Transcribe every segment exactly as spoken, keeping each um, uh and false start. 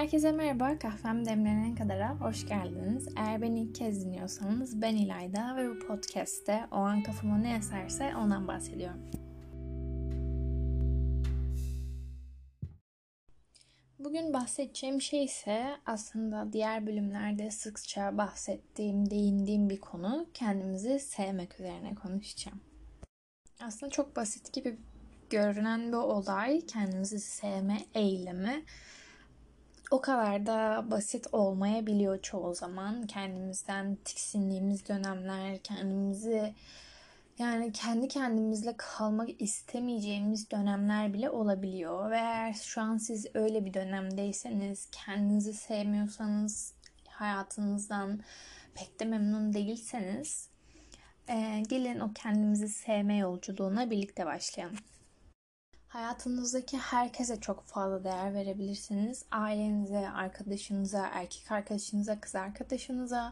Herkese merhaba, kahvem demlenene kadara hoş geldiniz. Eğer beni ilk kez dinliyorsanız ben İlayda ve bu podcast'te o an kafama ne eserse ondan bahsediyorum. Bugün bahsedeceğim şey ise aslında diğer bölümlerde sıkça bahsettiğim, değindiğim bir konu. Kendimizi sevmek üzerine konuşacağım. Aslında çok basit gibi görünen bir olay, kendimizi sevme eylemi. O kadar da basit olmayabiliyor çoğu zaman. Kendimizden tiksindiğimiz dönemler, kendimizi yani kendi kendimizle kalmak istemeyeceğimiz dönemler bile olabiliyor. Ve eğer şu an siz öyle bir dönemdeyseniz, kendinizi sevmiyorsanız, hayatınızdan pek de memnun değilseniz, e, gelin o kendimizi sevme yolculuğuna birlikte başlayalım. Hayatınızdaki herkese çok fazla değer verebilirsiniz. Ailenize, arkadaşınıza, erkek arkadaşınıza, kız arkadaşınıza,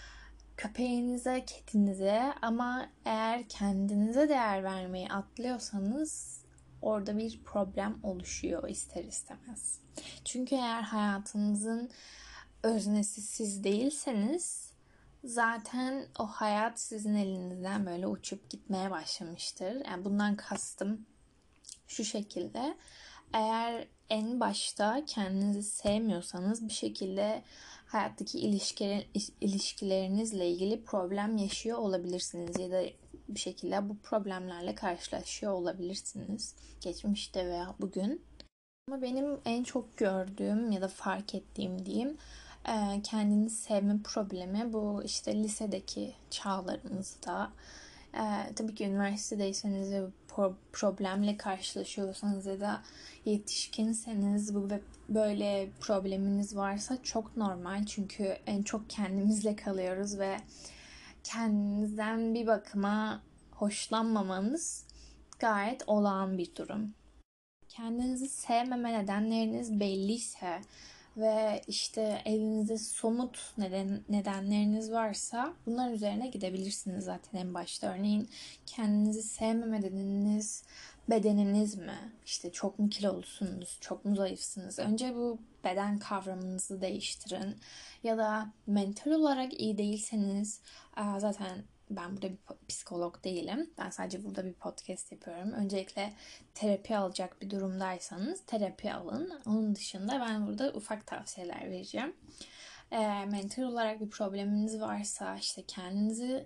köpeğinize, kedinize. Ama eğer kendinize değer vermeyi atlıyorsanız orada bir problem oluşuyor ister istemez. Çünkü eğer hayatınızın öznesi siz değilseniz zaten o hayat sizin elinizden böyle uçup gitmeye başlamıştır. Yani bundan kastım şu şekilde: eğer en başta kendinizi sevmiyorsanız bir şekilde hayattaki ilişkiler, ilişkilerinizle ilgili problem yaşıyor olabilirsiniz ya da bir şekilde bu problemlerle karşılaşıyor olabilirsiniz geçmişte veya bugün. Ama benim en çok gördüğüm ya da fark ettiğim diyeyim kendini sevme problemi bu işte lisedeki çağlarınızda. Ee, tabii ki üniversitedeyseniz ve pro- problemle karşılaşıyorsanız ya da yetişkinseniz bu ve böyle probleminiz varsa çok normal. Çünkü en çok kendimizle kalıyoruz ve kendinizden bir bakıma hoşlanmamanız gayet olağan bir durum. Kendinizi sevmeme nedenleriniz belliyse ve işte elinizde somut neden, nedenleriniz varsa bunlar üzerine gidebilirsiniz zaten en başta. Örneğin kendinizi sevmeme nedeniniz bedeniniz mi? İşte çok mu kilolusunuz, çok mu zayıfsınız? Önce bu beden kavramınızı değiştirin. Ya da mental olarak iyi değilseniz zaten ben burada bir psikolog değilim. Ben sadece burada bir podcast yapıyorum. Öncelikle terapi alacak bir durumdaysanız terapi alın. Onun dışında ben burada ufak tavsiyeler vereceğim. E, mental olarak bir probleminiz varsa, işte kendinizi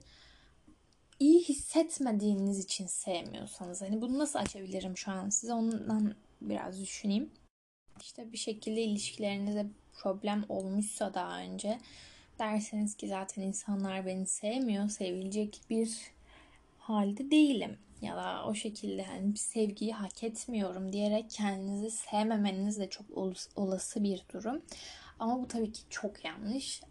iyi hissetmediğiniz için sevmiyorsanız, hani bunu nasıl açabilirim şu an size, ondan biraz düşüneyim. İşte bir şekilde ilişkilerinize problem olmuşsa daha önce, derseniz ki zaten insanlar beni sevmiyor, sevilecek bir halde değilim ya da o şekilde hani bir sevgiyi hak etmiyorum diyerek kendinizi sevmemeniz de çok olası bir durum. Ama bu tabii ki çok yanlış.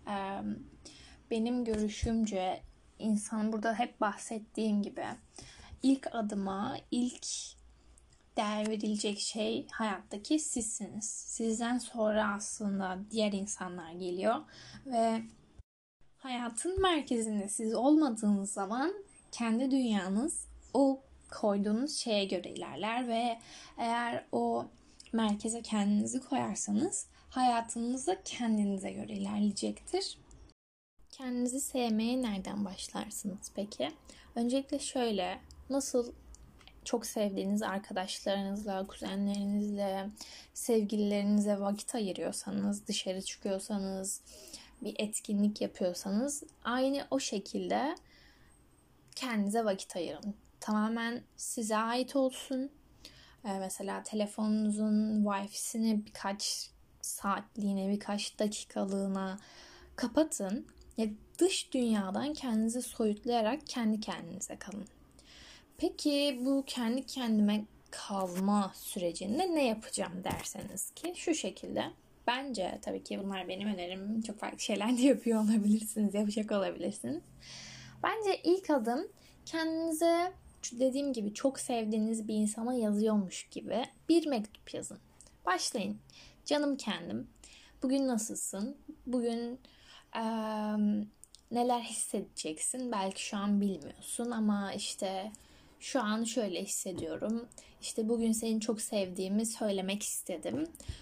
Benim görüşümce insan burada hep bahsettiğim gibi ilk adıma, ilk değer verilecek şey hayattaki sizsiniz. Sizden sonra aslında diğer insanlar geliyor ve hayatın merkezinde siz olmadığınız zaman kendi dünyanız o koyduğunuz şeye göre ilerler ve eğer o merkeze kendinizi koyarsanız hayatınız da kendinize göre ilerleyecektir. Kendinizi sevmeye nereden başlarsınız peki? Öncelikle şöyle, nasıl çok sevdiğiniz arkadaşlarınızla, kuzenlerinizle, sevgililerinize vakit ayırıyorsanız, dışarı çıkıyorsanız, bir etkinlik yapıyorsanız aynı o şekilde kendinize vakit ayırın. Tamamen size ait olsun. Ee, mesela telefonunuzun Wi-Fi'sini birkaç saatliğine, birkaç dakikalığına kapatın. Ya dış dünyadan kendinizi soyutlayarak kendi kendinize kalın. Peki bu kendi kendime kalma sürecinde ne yapacağım derseniz ki şu şekilde. Bence tabii ki bunlar benim önerim. Çok farklı şeyler de yapıyor olabilirsiniz, yapacak olabilirsiniz. Bence ilk adım kendinize dediğim gibi çok sevdiğiniz bir insana yazıyormuş gibi bir mektup yazın. Başlayın. Canım kendim, bugün nasılsın? Bugün ee, neler hissedeceksin? Belki şu an bilmiyorsun ama işte şu an şöyle hissediyorum. İşte bugün seni çok sevdiğimi söylemek istedim.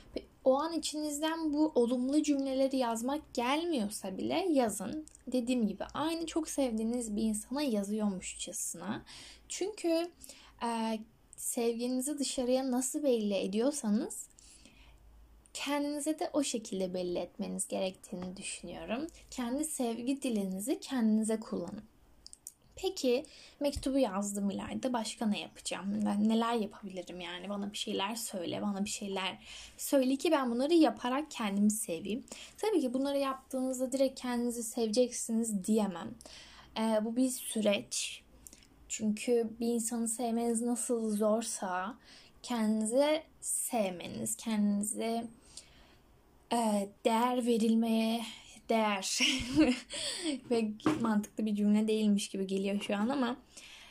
o an içinizden bu olumlu cümleleri yazmak gelmiyorsa bile yazın. Dediğim gibi aynı çok sevdiğiniz bir insana yazıyormuşçasına. Çünkü e, sevginizi dışarıya nasıl belli ediyorsanız kendinize de o şekilde belli etmeniz gerektiğini düşünüyorum. Kendi sevgi dilinizi kendinize kullanın. Peki mektubu yazdım ileride başka ne yapacağım? Ben neler yapabilirim yani? Bana bir şeyler söyle, bana bir şeyler söyle ki ben bunları yaparak kendimi seveyim. Tabii ki bunları yaptığınızda direkt kendinizi seveceksiniz diyemem. Ee, bu bir süreç. Çünkü bir insanı sevmeniz nasıl zorsa kendinize sevmeniz, kendinize e, değer verilmeye değer ve mantıklı bir cümle değilmiş gibi geliyor şu an ama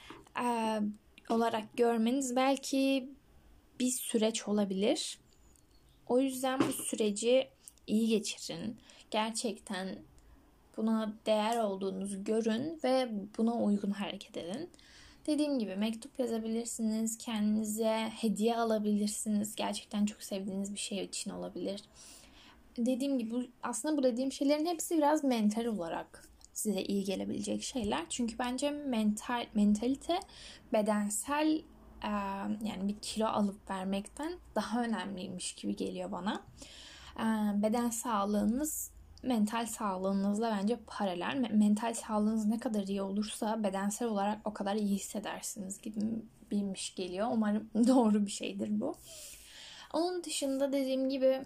e, olarak görmeniz belki bir süreç olabilir. O yüzden bu süreci iyi geçirin. Gerçekten buna değer olduğunuzu görün ve buna uygun hareket edin. Dediğim gibi mektup yazabilirsiniz, kendinize hediye alabilirsiniz. Gerçekten çok sevdiğiniz bir şey için olabilir. Dediğim gibi aslında bu dediğim şeylerin hepsi biraz mental olarak size iyi gelebilecek şeyler. Çünkü bence mental mentalite bedensel e, yani bir kilo alıp vermekten daha önemliymiş gibi geliyor bana. E, beden sağlığınız mental sağlığınızla bence paralel. Mental sağlığınız ne kadar iyi olursa bedensel olarak o kadar iyi hissedersiniz gibiymiş geliyor. Umarım doğru bir şeydir bu. Onun dışında dediğim gibi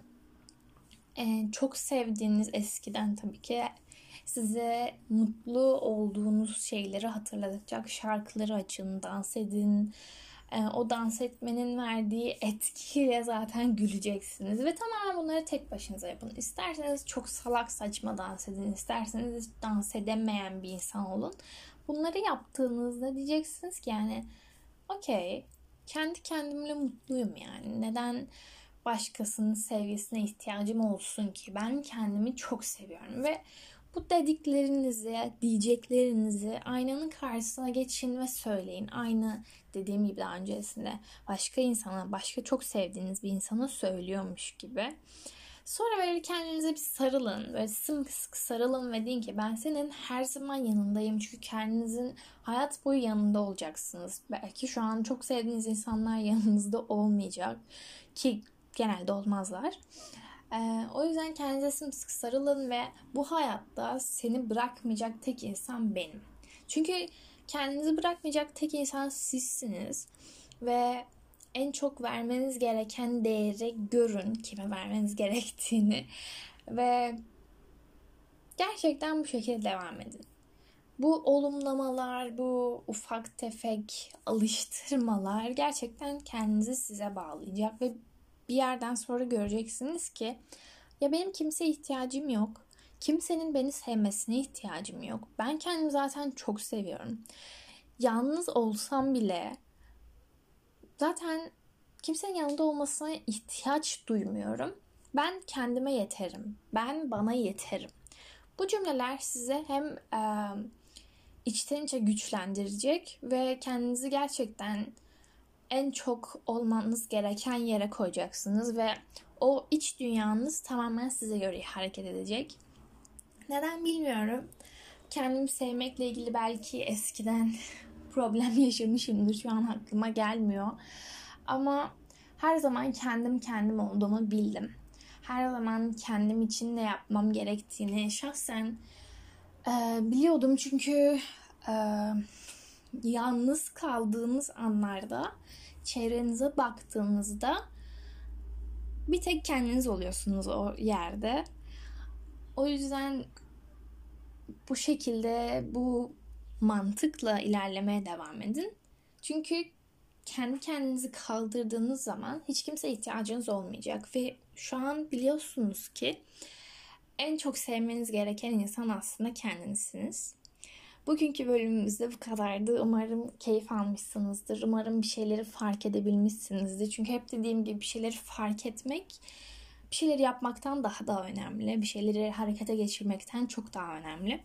Ee, çok sevdiğiniz eskiden tabii ki size mutlu olduğunuz şeyleri hatırlatacak şarkıları açın, dans edin. Ee, o dans etmenin verdiği etkiyle zaten güleceksiniz ve tamamen bunları tek başınıza yapın. İsterseniz çok salak saçma dans edin, isterseniz hiç dans edemeyen bir insan olun. Bunları yaptığınızda diyeceksiniz ki yani okey, kendi kendimle mutluyum yani. Neden başkasının sevgisine ihtiyacım olsun ki? Ben kendimi çok seviyorum ve bu dediklerinizi, diyeceklerinizi aynanın karşısına geçin ve söyleyin. Aynı dediğim gibi daha öncesinde başka insana, başka çok sevdiğiniz bir insana söylüyormuş gibi. Sonra böyle kendinize bir sarılın. Böyle sımsıkı sarılın ve deyin ki ben senin her zaman yanındayım. Çünkü kendinizin hayat boyu yanında olacaksınız. Belki şu an çok sevdiğiniz insanlar yanınızda olmayacak. Ki genelde olmazlar. Ee, o yüzden kendinize sımsıkı sarılın ve bu hayatta seni bırakmayacak tek insan benim. Çünkü kendinizi bırakmayacak tek insan sizsiniz. Ve en çok vermeniz gereken değeri görün kime vermeniz gerektiğini ve gerçekten bu şekilde devam edin. Bu olumlamalar, bu ufak tefek alıştırmalar gerçekten kendinizi size bağlayacak ve bir yerden sonra göreceksiniz ki ya benim kimseye ihtiyacım yok. Kimsenin beni sevmesine ihtiyacım yok. Ben kendimi zaten çok seviyorum. Yalnız olsam bile zaten kimsenin yanında olmasına ihtiyaç duymuyorum. Ben kendime yeterim. Ben bana yeterim. Bu cümleler size hem e, içten içe güçlendirecek ve kendinizi gerçekten en çok olmanız gereken yere koyacaksınız ve o iç dünyanız tamamen size göre hareket edecek. Neden bilmiyorum. Kendimi sevmekle ilgili belki eskiden problem yaşamışımdır. Şu an aklıma gelmiyor. Ama her zaman kendim kendim olduğumu bildim. Her zaman kendim için ne yapmam gerektiğini şahsen e, biliyordum. Çünkü e, yalnız kaldığınız anlarda çevrenize baktığınızda bir tek kendiniz oluyorsunuz o yerde. O yüzden bu şekilde bu mantıkla ilerlemeye devam edin. Çünkü kendi kendinizi kaldırdığınız zaman hiç kimseye ihtiyacınız olmayacak ve şu an biliyorsunuz ki en çok sevmeniz gereken insan aslında kendinizsiniz. Bugünkü bölümümüzde bu kadardı. Umarım keyif almışsınızdır. Umarım bir şeyleri fark edebilmişsinizdir. Çünkü hep dediğim gibi bir şeyleri fark etmek bir şeyleri yapmaktan daha da önemli. Bir şeyleri harekete geçirmekten çok daha önemli.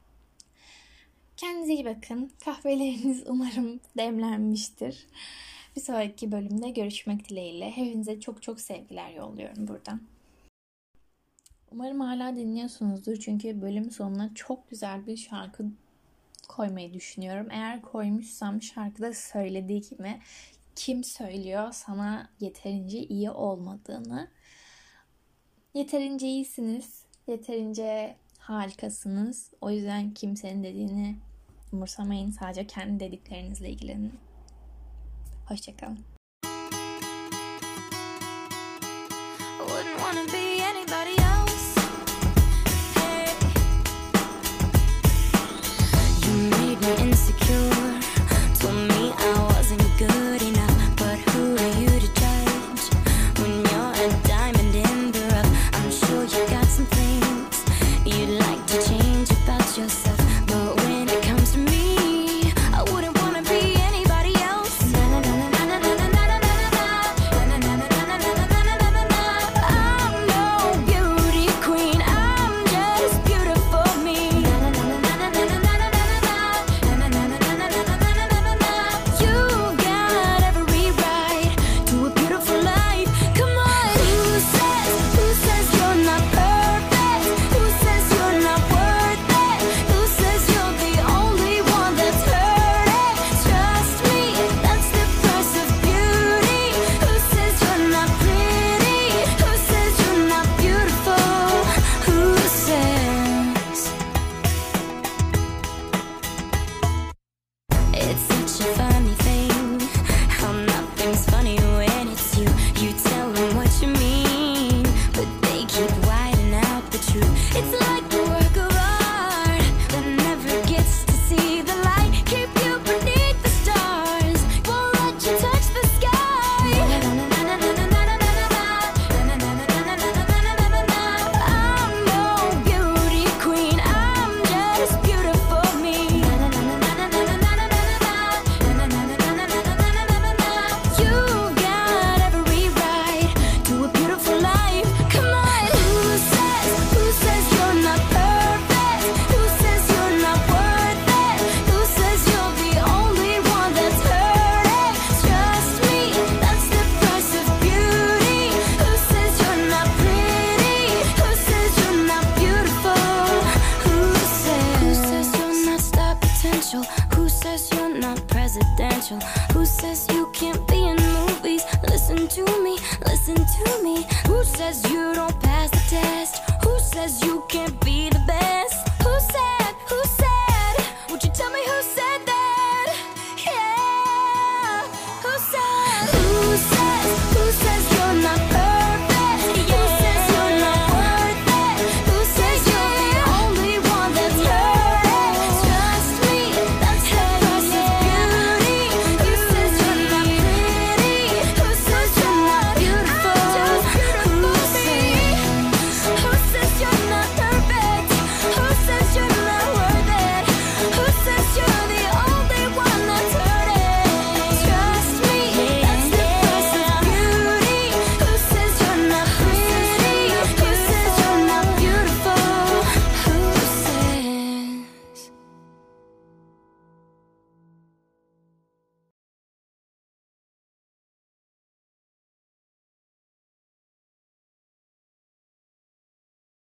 Kendinize iyi bakın. Kahveleriniz umarım demlenmiştir. Bir sonraki bölümde görüşmek dileğiyle. Hepinize çok çok sevgiler yolluyorum buradan. Umarım hala dinliyorsunuzdur çünkü bölüm sonuna çok güzel bir şarkı koymayı düşünüyorum. Eğer koymuşsam şarkıda söylediği gibi kim söylüyor sana yeterince iyi olmadığını. Yeterince iyisiniz, yeterince harikasınız. O yüzden kimsenin dediğini umursamayın. Sadece kendi dediklerinizle ilgilenin. Hoşçakalın. Who says you're not presidential? Who says you can't be in movies? Listen to me, listen to me. Who says you don't pass the test? Who says you can't be the best? Who said, who said